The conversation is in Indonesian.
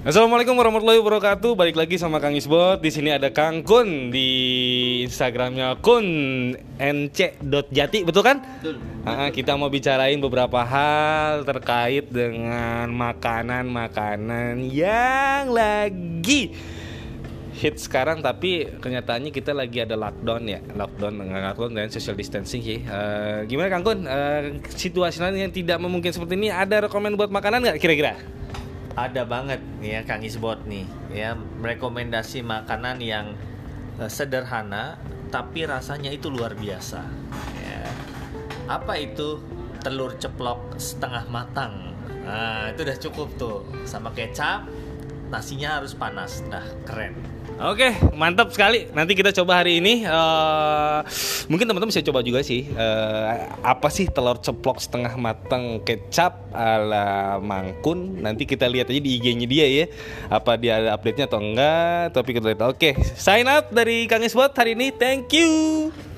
Assalamualaikum warahmatullahi wabarakatuh. Balik lagi sama Kang Isbot. Di sini ada Kang Kun di Instagramnya Kun nc.jati, betul kan? Betul. Kita mau bicarain beberapa hal terkait dengan makanan-makanan yang lagi hit sekarang, tapi kenyataannya kita lagi ada lockdown ya, lockdown dan social distancing sih. Gimana Kang Kun? Situasi yang tidak memungkinkan seperti ini, ada rekomend buat makanan nggak kira-kira? Ada banget ya Kang Isbot nih ya, rekomendasi makanan yang sederhana tapi rasanya itu luar biasa ya. Apa itu? Telur ceplok setengah matang. Nah, itu udah cukup tuh, sama kecap, nasinya harus panas. Nah, keren. Oke, mantap sekali. Nanti kita coba hari ini. Mungkin teman-teman bisa coba juga sih. Apa sih telur ceplok setengah matang kecap ala Mangkun? Nanti kita lihat aja di IG-nya dia ya. Apa dia ada update-nya atau enggak? Tapi kita lihat. Oke, sign up dari Kang Isbot hari ini. Thank you.